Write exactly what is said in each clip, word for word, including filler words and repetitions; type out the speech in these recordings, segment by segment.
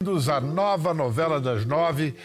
A nova novela das nove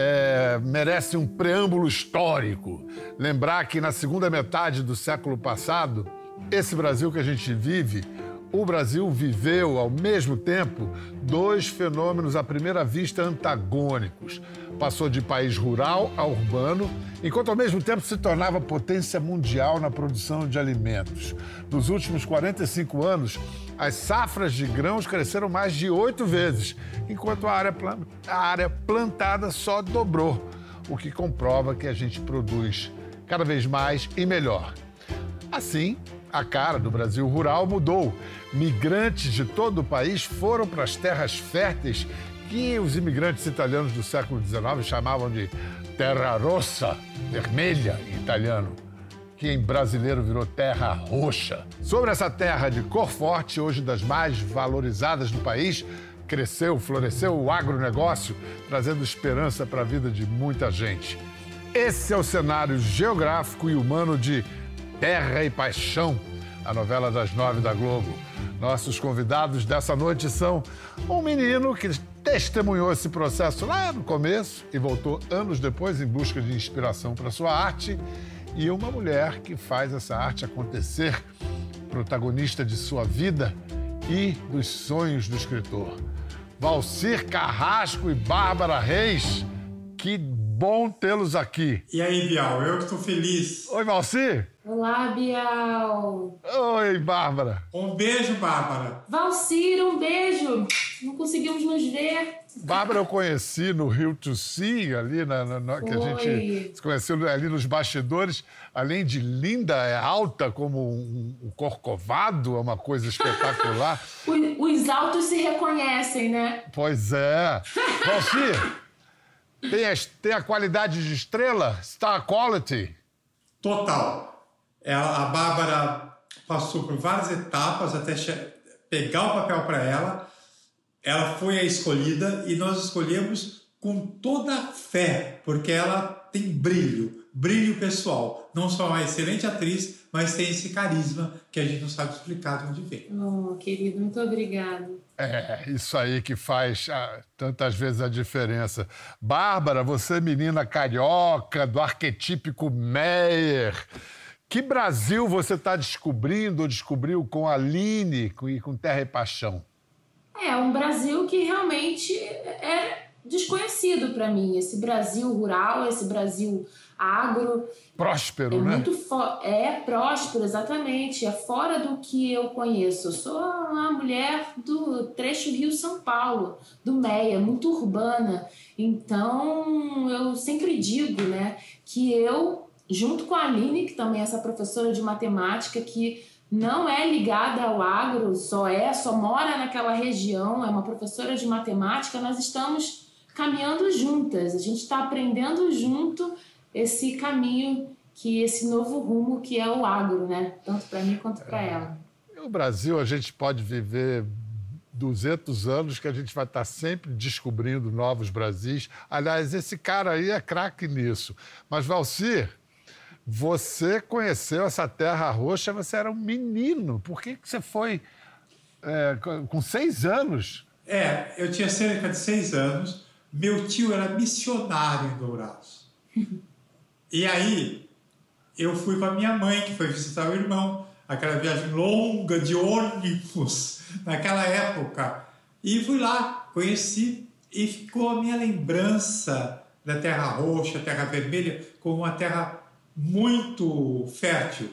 é, merece um preâmbulo histórico. Lembrar que na segunda metade do século passado, esse Brasil que a gente vive, o Brasil viveu, ao mesmo tempo, dois fenômenos à primeira vista antagônicos. Passou de país rural a urbano, enquanto ao mesmo tempo se tornava potência mundial na produção de alimentos. Nos últimos quarenta e cinco anos, as safras de grãos cresceram mais de oito vezes, enquanto a área, plan- a área plantada só dobrou, o que comprova que a gente produz cada vez mais e melhor. Assim, a cara do Brasil rural mudou. Migrantes de todo o país foram para as terras férteis que os imigrantes italianos do século dezenove chamavam de terra rossa, vermelha em italiano, que em brasileiro virou terra roxa. Sobre essa terra de cor forte, hoje das mais valorizadas do país, cresceu, floresceu o agronegócio, trazendo esperança para a vida de muita gente. Esse é o cenário geográfico e humano de Terra e Paixão, a novela das nove da Globo. Nossos convidados dessa noite são um menino que testemunhou esse processo lá no começo e voltou anos depois em busca de inspiração para sua arte, e uma mulher que faz essa arte acontecer, protagonista de sua vida e dos sonhos do escritor. Valcir Carrasco e Bárbara Reis, que bom tê-los aqui. E aí, Bial, eu que estou feliz. Oi, Valcir. Olá, Bial. Oi, Bárbara. Um beijo, Bárbara. Valcir, um beijo. Não conseguimos nos ver. Bárbara eu conheci no Rio to Sea, ali na, na, na que a gente se conheceu ali nos bastidores. Além de linda, é alta como um, um corcovado, é uma coisa espetacular. Os altos se reconhecem, né? Pois é. Valcir, tem, as, tem a qualidade de estrela? Star quality? Total. Ela, a Bárbara passou por várias etapas até pegar o papel para ela. Ela foi a escolhida e nós escolhemos com toda a fé, porque ela tem brilho, brilho pessoal. Não só uma excelente atriz, mas tem esse carisma que a gente não sabe explicar de onde vem. Oh, querido, muito obrigada. É, isso aí que faz ah, tantas vezes a diferença. Bárbara, você menina carioca, do arquetípico Meyer. Que Brasil você está descobrindo ou descobriu com a Aline e com Terra e Paixão? É, um Brasil que realmente é desconhecido para mim. Esse Brasil rural, esse Brasil agro. Próspero, é né? Muito fo- é próspero, exatamente. É fora do que eu conheço. Eu sou uma mulher do trecho Rio-São Paulo, do Meia, muito urbana. Então, eu sempre digo, né, que eu, junto com a Aline, que também é essa professora de matemática, que não é ligada ao agro, só é, só mora naquela região, é uma professora de matemática, nós estamos caminhando juntas. A gente está aprendendo junto esse caminho, que esse novo rumo que é o agro, né? Tanto para mim quanto para ela. No Brasil, a gente pode viver duzentos anos que a gente vai estar sempre descobrindo novos Brasis. Aliás, esse cara aí é craque nisso. Mas, Valcir, você conheceu essa terra roxa, você era um menino. Por que, que você foi é, com seis anos? É, eu tinha cerca de seis anos. Meu tio era missionário em Dourados. E aí, eu fui com a minha mãe, que foi visitar o irmão. Aquela viagem longa de ônibus, naquela época. E fui lá, conheci, e ficou a minha lembrança da Terra Roxa, Terra Vermelha, como uma terra muito fértil.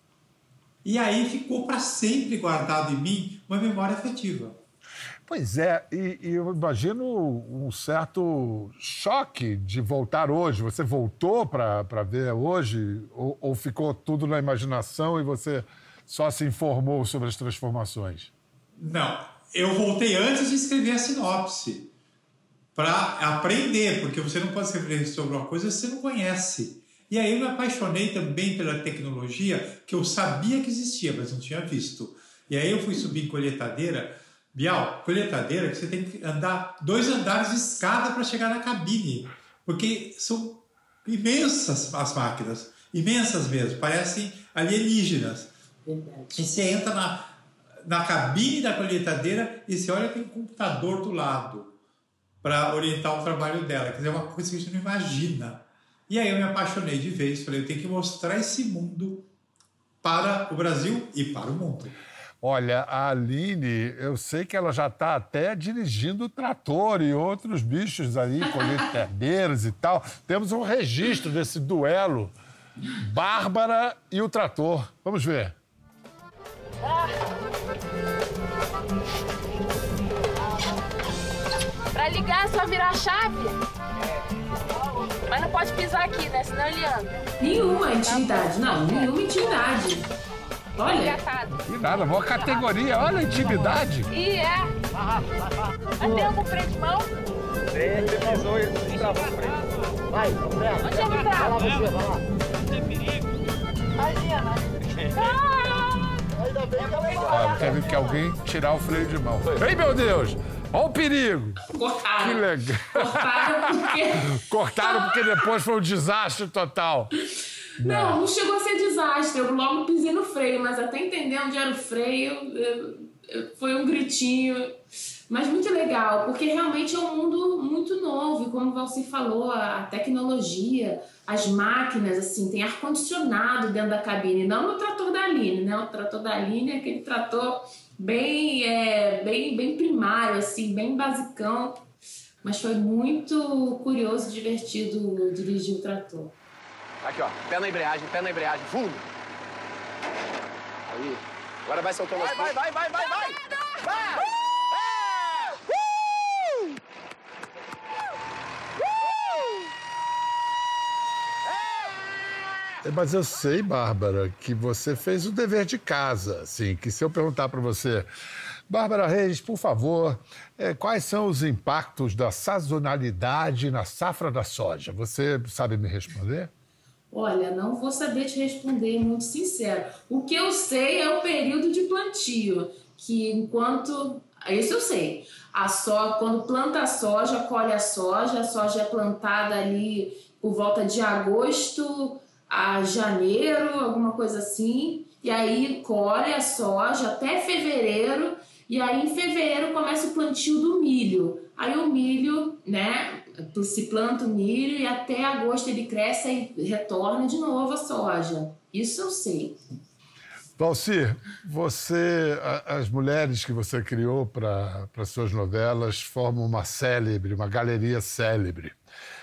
E aí ficou para sempre guardado em mim uma memória afetiva. Pois é, e, e eu imagino um certo choque de voltar hoje. Você voltou para ver hoje ou, ou ficou tudo na imaginação e você só se informou sobre as transformações? Não, eu voltei antes de escrever a sinopse para aprender, porque você não pode escrever sobre uma coisa que você não conhece. E aí eu me apaixonei também pela tecnologia que eu sabia que existia, mas não tinha visto. E aí eu fui subir em colheitadeira. Bial, colheitadeira que você tem que andar dois andares de escada para chegar na cabine, porque são imensas as máquinas, imensas mesmo, parecem alienígenas. Verdade. E você entra na, na cabine da colheitadeira e você olha que tem um computador do lado. para orientar o trabalho dela. Quer dizer, é uma coisa que a gente não imagina. E aí eu me apaixonei de vez, falei, eu tenho que mostrar esse mundo para o Brasil e para o mundo. Olha, a Aline, eu sei que ela já está até dirigindo o trator e outros bichos ali, colheitadeiros e tal. Temos um registro desse duelo, Bárbara e o trator. Vamos ver. Ah. Para ligar é só virar a chave. Mas não pode pisar aqui, né? Senão ele anda. Nenhuma intimidade, não, nenhuma intimidade. Olha. Que nada, boa categoria. Olha a intimidade. E é. Mas tem algum freio de mão? Tem, ele pisou e travou o freio. Vai, André. Onde é que tá? Vai lá você, vai lá. Tem perigo. Imagina. Ah! Ainda bem que ela Ah, teve que alguém tirar o freio de mão. Ei, meu Deus! Olha o perigo! Cortaram. Que legal. Cortaram porque... Cortaram porque depois foi um desastre total. Não, não chegou a ser desastre. Eu logo pisei no freio, mas até entender onde era o freio, eu, eu, foi um gritinho. Mas muito legal, porque realmente é um mundo muito novo. E como você falou, a tecnologia, as máquinas, assim, tem ar-condicionado dentro da cabine. Não no trator da Aline, né? O trator da Aline é aquele trator bem, é, bem, bem primário, assim, bem basicão. Mas foi muito curioso e divertido dirigir o trator. Aqui, ó. Pé na embreagem, pé na embreagem. Fundo. Aí. Agora vai soltando as Vai, vai, vai, vai, vai, vai! Vai! Uh! É, mas eu sei, Bárbara, que você fez o dever de casa, assim, que se eu perguntar para você, Bárbara Reis, por favor, é, quais são os impactos da sazonalidade na safra da soja? Você sabe me responder? Olha, não vou saber te responder, muito sincero. O que eu sei é o período de plantio, que enquanto... Isso eu sei. A so... Quando planta a soja, colhe a soja, a soja é plantada ali por volta de agosto a janeiro, alguma coisa assim, e aí colhe a soja até fevereiro, e aí em fevereiro começa o plantio do milho. Aí o milho, né... Se planta o milho e até agosto ele cresce e retorna de novo a soja. Isso eu sei. Valcir, você, as mulheres que você criou para suas novelas formam uma célebre, uma galeria célebre.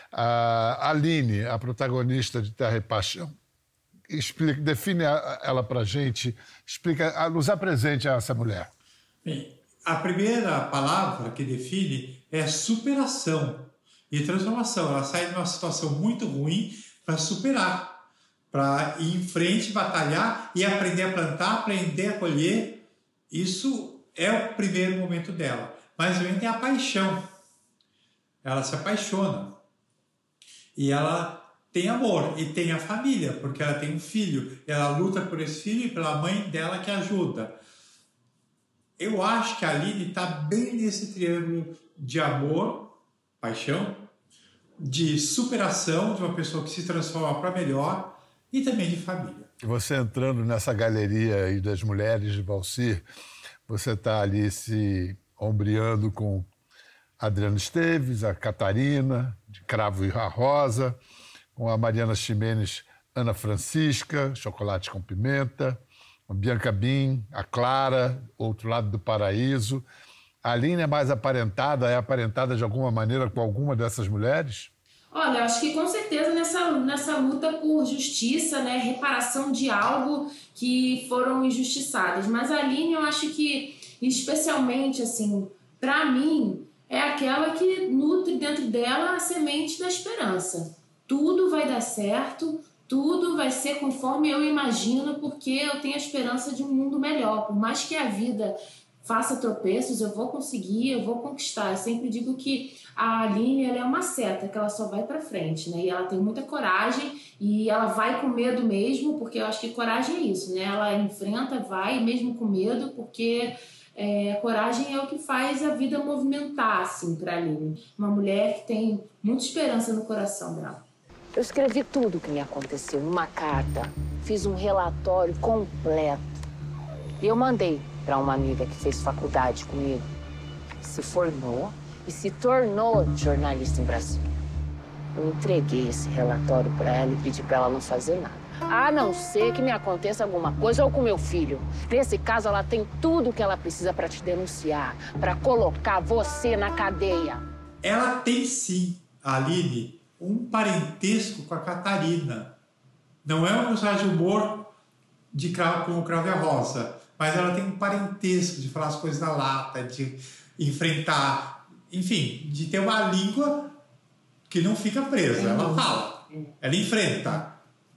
A Aline, a protagonista de Terra e Paixão, explica, define ela para a gente, explica, nos apresente a essa mulher. Bem, a primeira palavra que define é superação e transformação. Ela sai de uma situação muito ruim para superar, para ir em frente, batalhar e aprender a plantar, aprender a colher. Isso é o primeiro momento dela. Mas também tem a paixão. Ela se apaixona. E ela tem amor e tem a família, porque ela tem um filho. Ela luta por esse filho e pela mãe dela que ajuda. Eu acho que a Aline está bem nesse triângulo de amor, paixão, de superação, de uma pessoa que se transforma para melhor e também de família. Você entrando nessa galeria aí das mulheres de Valcir, você está ali se ombreando com a Adriana Esteves, a Catarina, de Cravo e a Rosa, com a Mariana Ximenes, Ana Francisca, Chocolate com Pimenta, a Bianca Bin, a Clara, Outro Lado do Paraíso. A Aline é mais aparentada, é aparentada de alguma maneira com alguma dessas mulheres? Olha, acho que com certeza nessa, nessa luta por justiça, né, reparação de algo que foram injustiçadas. Mas a Aline, eu acho que, especialmente, assim, para mim, é aquela que nutre dentro dela a semente da esperança. Tudo vai dar certo, tudo vai ser conforme eu imagino, porque eu tenho a esperança de um mundo melhor. Por mais que a vida faça tropeços, eu vou conseguir, eu vou conquistar. Eu sempre digo que a Aline, ela é uma seta, que ela só vai para frente, né? E ela tem muita coragem e ela vai com medo mesmo, porque eu acho que coragem é isso, né? Ela enfrenta, vai mesmo com medo, porque é, coragem é o que faz a vida movimentar, assim, para a Aline. Uma mulher que tem muita esperança no coração dela. Eu escrevi tudo o que me aconteceu numa carta, fiz um relatório completo e eu mandei para uma amiga que fez faculdade comigo, se formou e se tornou jornalista em Brasília. Eu entreguei esse relatório para ela e pedi para ela não fazer nada. A não ser que me aconteça alguma coisa ou com meu filho. Nesse caso, ela tem tudo o que ela precisa para te denunciar, para colocar você na cadeia. Ela tem sim, a Aline, um parentesco com a Catarina. Não é um personagem de humor de cravo, como o Cravo e a Rosa, mas ela tem um parentesco de falar as coisas na lata, de enfrentar, enfim, de ter uma língua que não fica presa. Ela fala, ela enfrenta.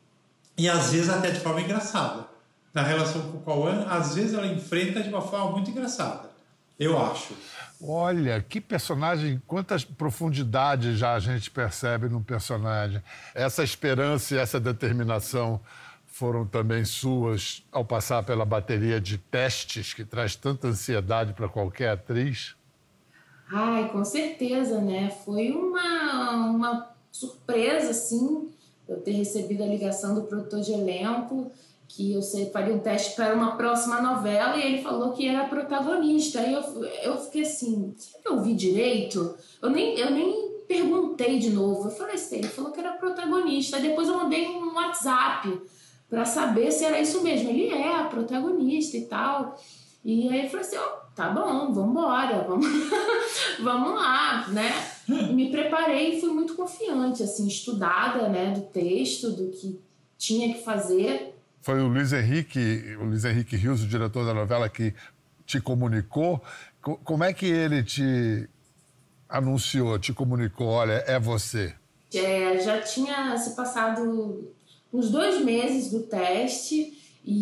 E às vezes até de forma engraçada. Na relação com o Cauã, às vezes ela enfrenta de uma forma muito engraçada. Eu acho. Olha, que personagem, quantas profundidades já a gente percebe num personagem. Essa esperança e essa determinação foram também suas ao passar pela bateria de testes que traz tanta ansiedade para qualquer atriz? Ai, com certeza, né? Foi uma, uma surpresa, assim, eu ter recebido a ligação do produtor de elenco, que eu sei, faria um teste para uma próxima novela, e ele falou que era protagonista. Aí eu, eu fiquei assim, será que eu vi direito? Eu nem, eu nem perguntei de novo. Eu falei assim, ele falou que era protagonista. Aí depois eu mandei um WhatsApp para saber se era isso mesmo. Ele é a protagonista e tal. E aí eu falei assim, ó, oh, tá bom, vamos embora, vamos, vamos lá, né? Me preparei e fui muito confiante, assim, estudada, né, do texto, do que tinha que fazer. Foi o Luiz Henrique, o Luiz Henrique Rios, o diretor da novela, que te comunicou. Como é que ele te anunciou, te comunicou, olha, é você? É, já tinha se passado uns dois meses do teste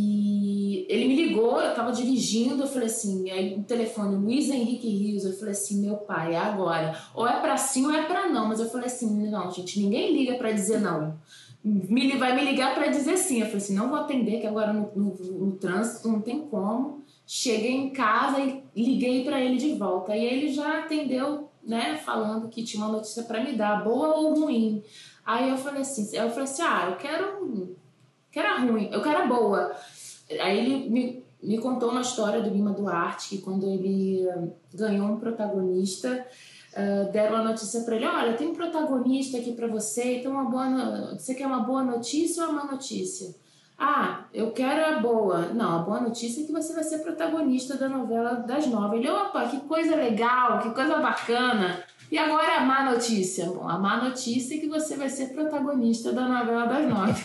e ele me ligou, eu estava dirigindo, eu falei assim, aí no telefone, Luiz Henrique Rios, eu falei assim, meu pai, é agora. Ou é pra sim ou é pra não. Mas eu falei assim, não, gente, ninguém liga pra dizer não. Me, vai me ligar para dizer sim. Eu falei assim, não vou atender, que agora no, no, no trânsito não tem como. Cheguei em casa e liguei para ele de volta. E ele já atendeu, né, falando que tinha uma notícia para me dar, boa ou ruim. Aí eu falei assim, eu falei assim, ah, eu quero, quero a ruim, eu quero a boa. Aí ele me, me contou uma história do Lima Duarte, que quando ele ganhou um protagonista, Uh, deram a notícia para ele, olha, tem um protagonista aqui para você, então uma boa no... você quer uma boa notícia ou uma má notícia? Ah, eu quero a boa. Não, a boa notícia é que você vai ser protagonista da novela das nove. Ele, opa, que coisa legal, que coisa bacana. E agora a má notícia? Bom, a má notícia é que você vai ser protagonista da novela das nove.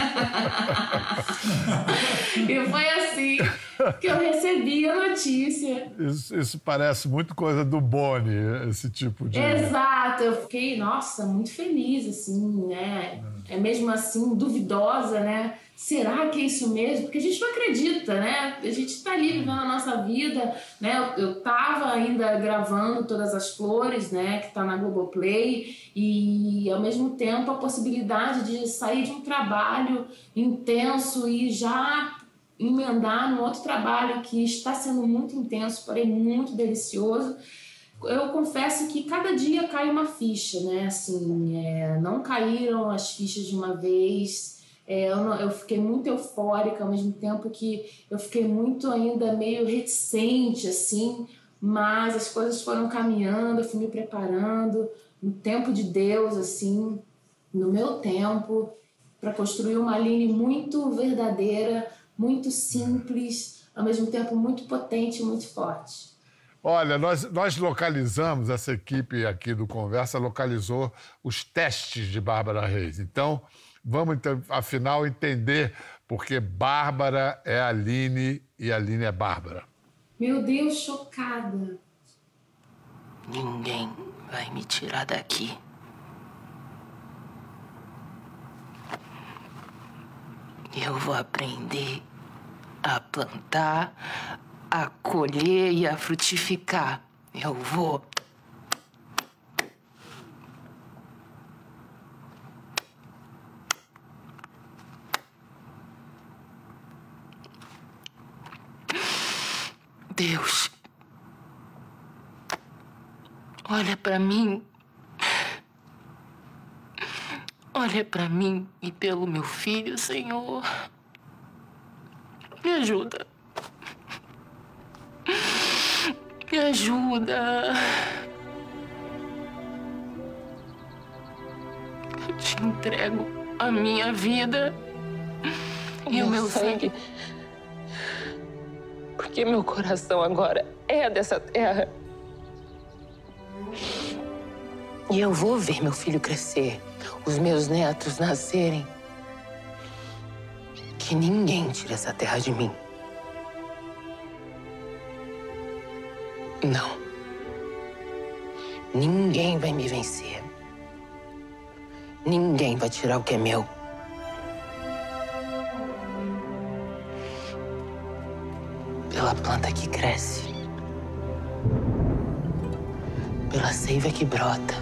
E foi assim que eu recebi a notícia. Isso, isso parece muito coisa do Boni, esse tipo de... Exato, eu fiquei, nossa, muito feliz, assim, né? É mesmo assim, duvidosa, né? Será que é isso mesmo? Porque a gente não acredita, né? A gente tá ali vivendo a nossa vida, né? Eu, eu tava ainda gravando Todas as Flores, né? Que tá na Globoplay, e ao mesmo tempo a possibilidade de sair de um trabalho intenso e já emendar num outro trabalho que está sendo muito intenso, porém muito delicioso. Eu confesso que cada dia cai uma ficha, né? Assim, é, não caíram as fichas de uma vez. É, eu, não, eu fiquei muito eufórica, ao mesmo tempo que eu fiquei muito ainda meio reticente, assim, mas as coisas foram caminhando, eu fui me preparando no tempo de Deus, assim, no meu tempo, para construir uma Aline muito verdadeira, muito simples, ao mesmo tempo muito potente e muito forte. Olha, nós, nós localizamos, essa equipe aqui do Conversa localizou os testes de Bárbara Reis. Então, vamos, afinal, entender porque Bárbara é Aline e Aline é Bárbara. Meu Deus, chocada. Ninguém vai me tirar daqui. Eu vou aprender a plantar, a colher e a frutificar. Eu vou... Deus, olha pra mim. Olha pra mim e pelo meu filho, Senhor. Me ajuda. Me ajuda. te entrego a minha vida e o meu sangue. Porque meu coração agora é dessa terra. E eu vou ver meu filho crescer, os meus netos nascerem. Que ninguém tire essa terra de mim. Não. Ninguém vai me vencer. Ninguém vai tirar o que é meu. Pela planta que cresce. Pela seiva que brota.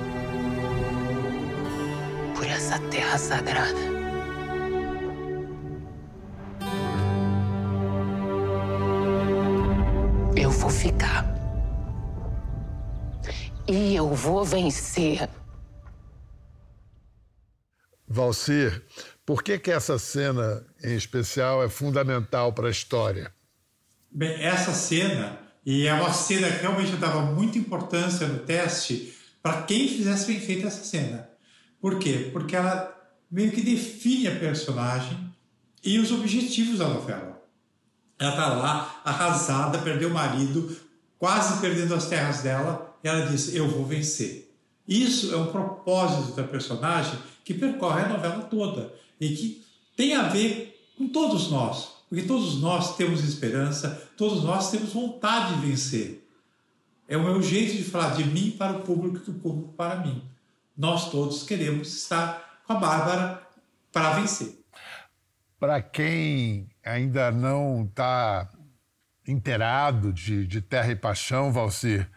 Por essa terra sagrada. Eu vou ficar. E eu vou vencer. Valcir, por que que essa cena em especial é fundamental para a história? Bem, essa cena, e é uma cena que realmente eu dava muita importância no teste para quem fizesse bem feita essa cena. Por quê? Porque ela meio que define a personagem e os objetivos da novela. Ela está lá, arrasada, perdeu o marido, quase perdendo as terras dela, e ela diz, eu vou vencer. Isso é um propósito da personagem que percorre a novela toda e que tem a ver com todos nós. Porque todos nós temos esperança, todos nós temos vontade de vencer. É o meu jeito de falar de mim para o público e do público para mim. Nós todos queremos estar com a Bárbara para vencer. Para quem ainda não está inteirado de, de Terra e Paixão, Valcir,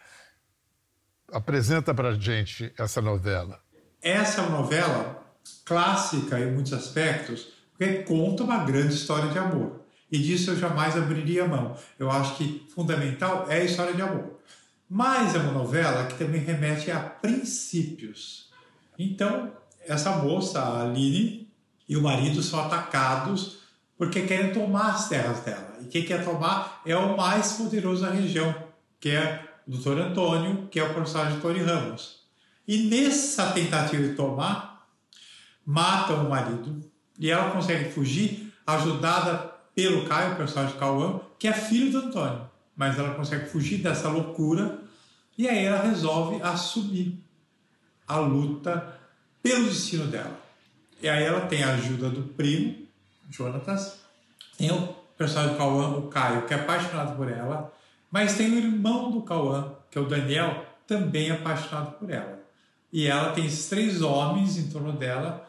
apresenta para a gente essa novela. Essa é uma novela clássica em muitos aspectos, porque conta uma grande história de amor. E disso eu jamais abriria a mão. Eu acho que fundamental é a história de amor. Mas é uma novela que também remete a princípios. Então, essa moça, a Aline, e o marido são atacados porque querem tomar as terras dela. E quem quer tomar é o mais poderoso da região, que é o doutor Antônio, que é o personagem de Tony Ramos. E nessa tentativa de tomar, matam o marido e ela consegue fugir, ajudada pelo Caio, o personagem de Cauã, que é filho do Antônio. Mas ela consegue fugir dessa loucura e aí ela resolve assumir a luta pelo destino dela. E aí ela tem a ajuda do primo, Jonatas, tem o personagem do Cauã, o Caio, que é apaixonado por ela, mas tem o irmão do Cauã, que é o Daniel, também apaixonado por ela. E ela tem esses três homens em torno dela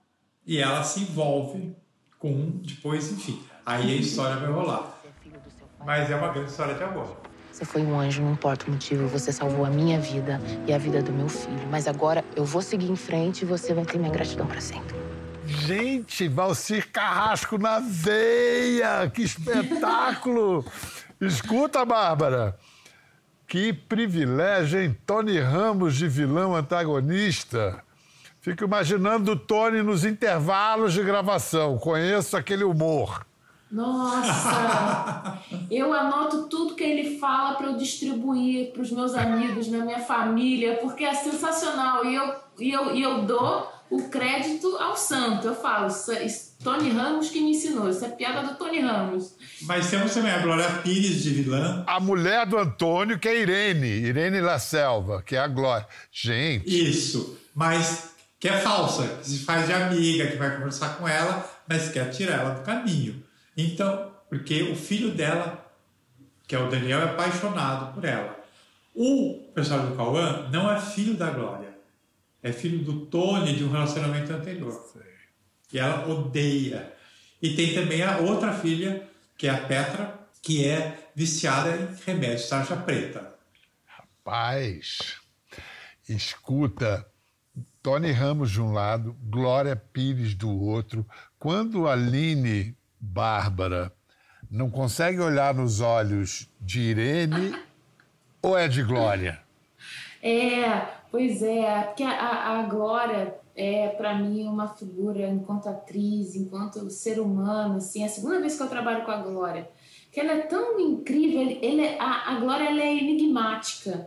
e ela se envolve com um, depois, enfim. Aí a história vai rolar. Mas é uma grande história de amor. Você foi um anjo, não importa o motivo. Você salvou a minha vida e a vida do meu filho. Mas agora eu vou seguir em frente e você vai ter minha gratidão para sempre. Gente, Valcir Carrasco na veia! Que espetáculo! Escuta, Bárbara. Que privilégio, hein? Tony Ramos de vilão antagonista. Fico imaginando o Tony nos intervalos de gravação. Conheço aquele humor. Nossa! Eu anoto tudo que ele fala para eu distribuir para os meus amigos, na minha família, porque é sensacional. E eu, e eu, e eu dou o crédito ao santo. Eu falo, Tony Ramos que me ensinou. Isso é piada do Tony Ramos. Mas temos também a Glória Pires de vilã. A mulher do Antônio, que é Irene. Irene La Selva, que é a Glória. Gente... Isso. Mas que é falsa. Que se faz de amiga, que vai conversar com ela, mas quer tirar ela do caminho. Então, porque o filho dela, que é o Daniel, é apaixonado por ela. O personagem do Cauã não é filho da Glória. É filho do Tony de um relacionamento anterior. E ela odeia. E tem também a outra filha, que é a Petra, que é viciada em remédio, tarja preta. Rapaz, escuta, Tony Ramos de um lado, Glória Pires do outro. Quando a Aline Bárbara não consegue olhar nos olhos de Irene ou é de Glória? É, pois é, porque a, a Glória é, para mim, uma figura enquanto atriz, enquanto ser humano, assim, é a segunda vez que eu trabalho com a Glória, que ela é tão incrível, ele é, a, a Glória ela é enigmática,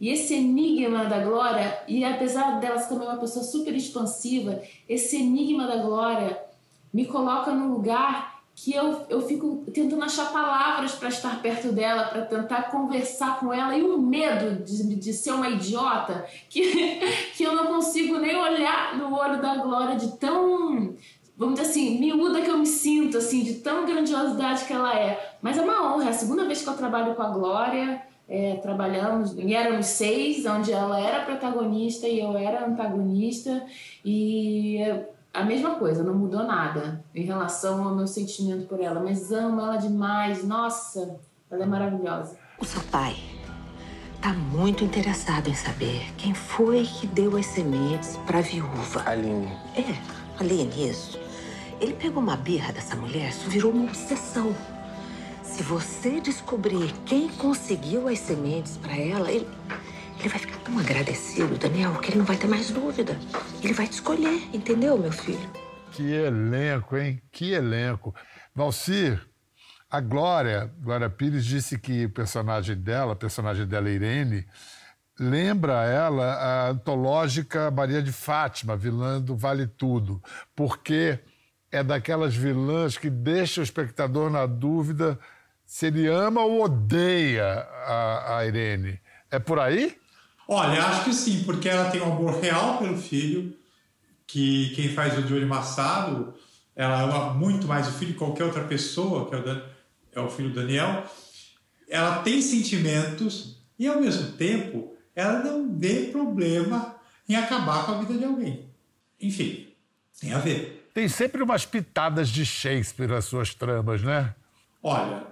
E esse enigma da Glória, e apesar dela ser também uma pessoa super expansiva, esse enigma da Glória me coloca num lugar que eu, eu fico tentando achar palavras para estar perto dela, para tentar conversar com ela, e o medo de, de ser uma idiota, que, que eu não consigo nem olhar no olho da Glória de tão, vamos dizer assim, miúda que eu me sinto, assim, de tão grandiosidade que ela é. Mas é uma honra, é a segunda vez que eu trabalho com a Glória, é, trabalhamos, e éramos seis, onde ela era protagonista e eu era antagonista, e... a mesma coisa, não mudou nada em relação ao meu sentimento por ela, mas amo ela demais. Nossa, ela é maravilhosa. O seu pai tá muito interessado em saber quem foi que deu as sementes pra viúva. Aline. É, Aline, isso. Ele pegou uma birra dessa mulher, isso virou uma obsessão. Se você descobrir quem conseguiu as sementes pra ela, ele... Ele vai ficar tão agradecido, Daniel, que ele não vai ter mais dúvida. Ele vai te escolher, entendeu, meu filho? Que elenco, hein? Que elenco. Valcir, a Glória, Glória Pires, disse que o personagem dela, a personagem dela, Irene, lembra ela a antológica Maria de Fátima, vilã do Vale Tudo, porque é daquelas vilãs que deixa o espectador na dúvida se ele ama ou odeia a, a Irene. É por aí? Olha, acho que sim, porque ela tem um amor real pelo filho, que quem faz o Johnny Massaro, ela ama muito mais o filho que qualquer outra pessoa, que é o, Dan, é o filho Daniel. Ela tem sentimentos e, ao mesmo tempo, ela não vê problema em acabar com a vida de alguém. Enfim, tem a ver. Tem sempre umas pitadas de Shakespeare nas suas tramas, né? Olha,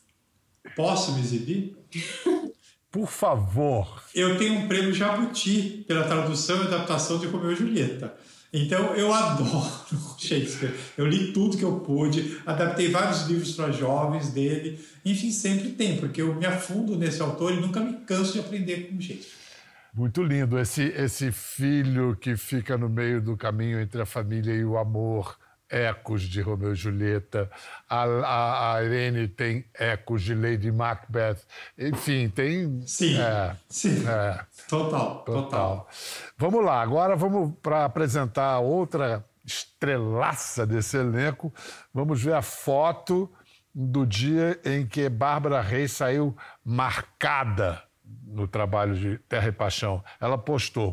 posso me exibir? Por favor. Eu tenho um prêmio Jabuti pela tradução e adaptação de Romeu e Julieta. Então, eu adoro Shakespeare. Eu li tudo que eu pude, adaptei vários livros para jovens dele. Enfim, sempre tem, porque eu me afundo nesse autor e nunca me canso de aprender com Shakespeare. Muito lindo. Esse, esse filho que fica no meio do caminho entre a família e o amor. Ecos de Romeu e Julieta, a, a, a Irene tem ecos de Lady Macbeth, enfim, tem... Sim, é, sim, é, total, total, total. Vamos lá, agora vamos para apresentar outra estrelaça desse elenco, vamos ver a foto do dia em que Bárbara Reis saiu marcada no trabalho de Terra e Paixão. Ela postou.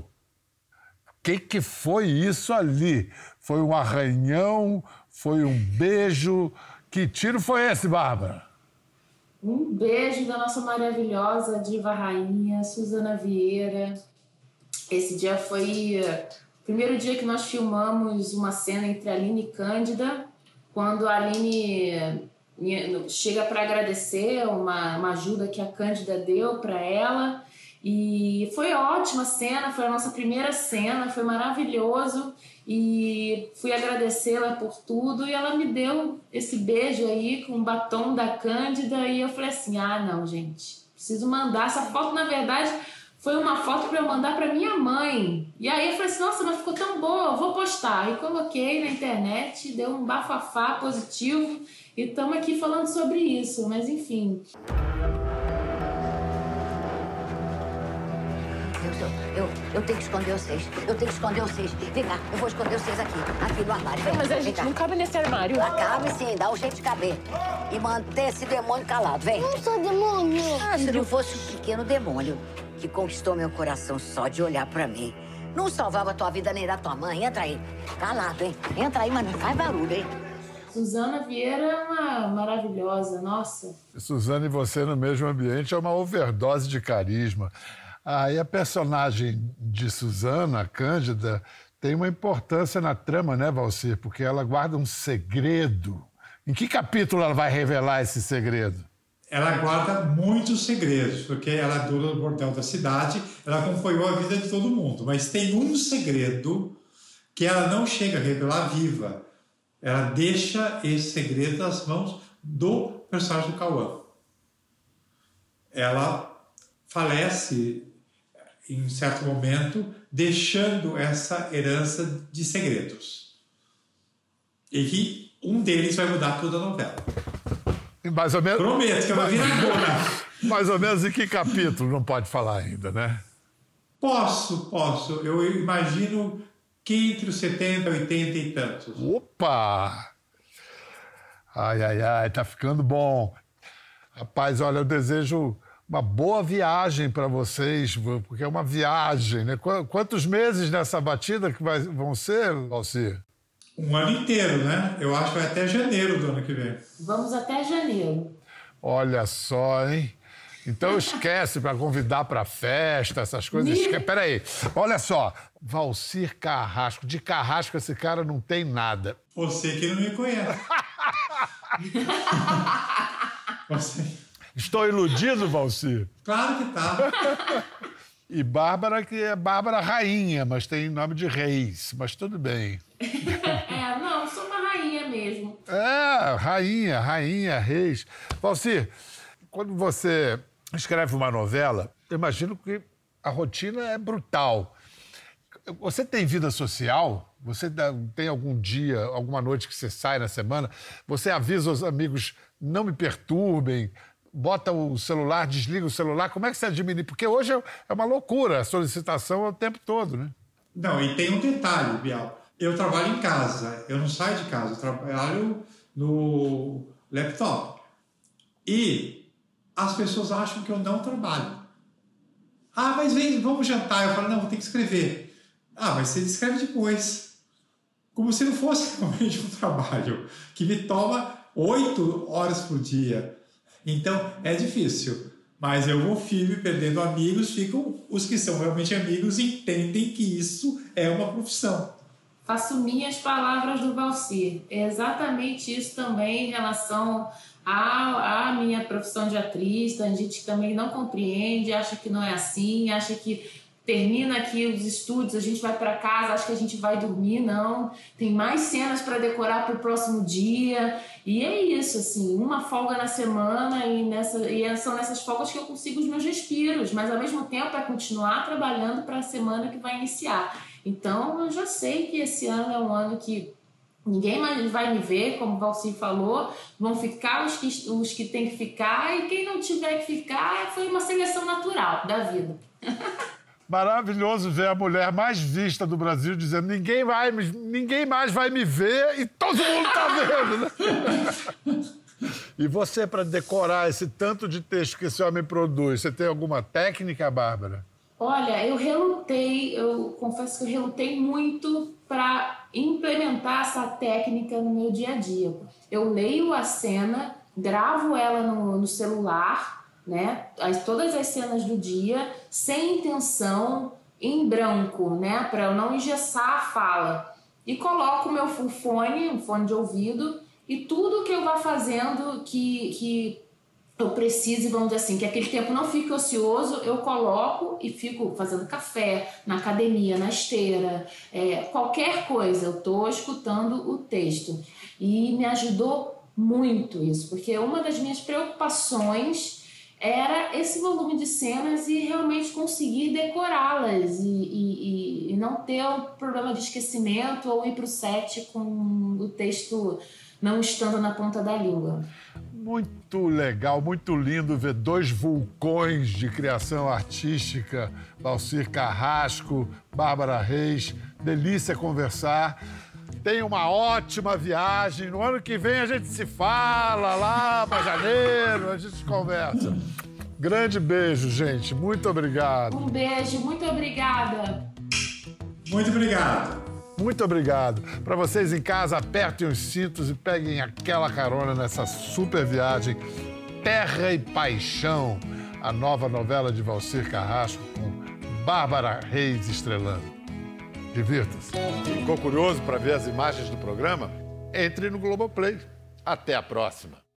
O que, que foi isso ali? Foi um arranhão? Foi um beijo? Que tiro foi esse, Bárbara? Um beijo da nossa maravilhosa diva rainha, Suzana Vieira. Esse dia foi o primeiro dia que nós filmamos uma cena entre a Aline e Cândida, quando a Aline chega para agradecer uma, uma ajuda que a Cândida deu para ela. E foi ótima a cena, foi a nossa primeira cena, foi maravilhoso. E fui agradecê-la por tudo e ela me deu esse beijo aí com o batom da Cândida e eu falei assim, ah, não, gente, preciso mandar. Essa foto, na verdade, foi uma foto para eu mandar para minha mãe. E aí eu falei assim, nossa, mas ficou tão boa, vou postar. E coloquei na internet, deu um bafafá positivo e estamos aqui falando sobre isso, mas enfim... Eu, eu tenho que esconder vocês. Eu tenho que esconder vocês. Vem cá, eu vou esconder vocês aqui. Aqui no armário. Vem, mas a vem gente cá. não cabe nesse armário. Ah, cabe sim, dá um jeito de caber. E manter esse demônio calado, vem. Eu sou demônio. Ah, se não fosse um pequeno demônio que conquistou meu coração só de olhar pra mim. Não salvava a tua vida nem da tua mãe. Entra aí. Calado, hein? Entra aí, mas não faz barulho, hein? Suzana Vieira é uma maravilhosa, nossa. Suzana e você no mesmo ambiente é uma overdose de carisma. Aí ah, a personagem de Suzana, a Cândida, tem uma importância na trama, né, Valcir? Porque ela guarda um segredo. Em que capítulo ela vai revelar esse segredo? Ela guarda muitos segredos, porque ela é dona do bordel da cidade, ela acompanhou a vida de todo mundo. Mas tem um segredo que ela não chega a revelar viva. Ela deixa esse segredo nas mãos do personagem do Cauã. Ela falece em certo momento, deixando essa herança de segredos. E que um deles vai mudar toda a novela. Mais ou menos... Prometo que vai virar agora. Mais ou menos em que capítulo? Não pode falar ainda, né? Posso, posso. Eu imagino que entre os setenta, oitenta e tantos. Opa! Ai, ai, ai, tá ficando bom. Rapaz, olha, eu desejo uma boa viagem para vocês, porque é uma viagem, né? Quantos meses nessa batida que vai, vão ser, Valcir? Um ano inteiro, né? Eu acho que vai até janeiro do ano que vem. Vamos até janeiro. Olha só, hein? Então esquece para convidar para festa, essas coisas. Esque... Peraí, olha só. Valcir Carrasco. De Carrasco esse cara não tem nada. Você que não me conhece. Você... Estou iludido, Valcir? Claro que tá. E Bárbara, que é Bárbara Rainha, mas tem nome de Reis. Mas tudo bem. É, não, sou uma rainha mesmo. É, rainha, rainha, reis. Valcir, quando você escreve uma novela, eu imagino que a rotina é brutal. Você tem vida social? Você tem algum dia, alguma noite que você sai na semana? Você avisa os amigos, não me perturbem, bota o celular, desliga o celular. Como é que você administra? Porque hoje é uma loucura, a solicitação é o tempo todo, né? Não, e tem um detalhe, Bial. Eu trabalho em casa, eu não saio de casa, eu trabalho no laptop. E as pessoas acham que eu não trabalho. Ah, mas vem, vamos jantar. Eu falo, não, vou ter que escrever. Ah, mas você escreve depois. Como se não fosse realmente um trabalho que me toma oito horas por dia. Então, é difícil. Mas eu vou firme, perdendo amigos, ficam os que são realmente amigos e entendem que isso é uma profissão. Faço minhas palavras do Valcir. É exatamente isso também em relação à, à minha profissão de atriz. Tem gente que também não compreende, acha que não é assim, acha que termina aqui os estudos, a gente vai para casa, acha que a gente vai dormir. Não, tem mais cenas para decorar para o próximo dia. E é isso, assim, uma folga na semana e, nessa, e são nessas folgas que eu consigo os meus respiros, mas ao mesmo tempo é continuar trabalhando para a semana que vai iniciar. Então, eu já sei que esse ano é um ano que ninguém mais vai me ver, como o Valcir falou, vão ficar os que, os que tem que ficar e quem não tiver que ficar foi uma seleção natural da vida. Maravilhoso ver a mulher mais vista do Brasil dizendo ninguém, vai, ninguém mais vai me ver e todo mundo tá vendo, né? E você, para decorar esse tanto de texto que esse homem produz, você tem alguma técnica, Bárbara? Olha, eu relutei, eu confesso que eu relutei muito para implementar essa técnica no meu dia a dia. Eu leio a cena, gravo ela no, no celular, né? As, todas as cenas do dia, sem intenção, em branco, né? Para eu não engessar a fala. E coloco o meu fone, um fone de ouvido, e tudo que eu vá fazendo que... que eu preciso, vamos dizer assim, que aquele tempo não fique ocioso, eu coloco e fico fazendo café, na academia, na esteira, é, qualquer coisa, eu estou escutando o texto. E me ajudou muito isso, porque uma das minhas preocupações era esse volume de cenas e realmente conseguir decorá-las e, e, e não ter um problema de esquecimento ou ir para o set com o texto não estando na ponta da língua. Muito legal, muito lindo ver dois vulcões de criação artística, Valcir Carrasco, Bárbara Reis. Delícia conversar. Tenha uma ótima viagem. No ano que vem a gente se fala lá para janeiro, a gente conversa. Grande beijo, gente. Muito obrigado. Um beijo, muito obrigada. Muito obrigado. Muito obrigado. Para vocês em casa, apertem os cintos e peguem aquela carona nessa super viagem Terra e Paixão, a nova novela de Valcir Carrasco com Bárbara Reis estrelando. Divirta-se. Ficou curioso para ver as imagens do programa? Entre no Globoplay. Até a próxima.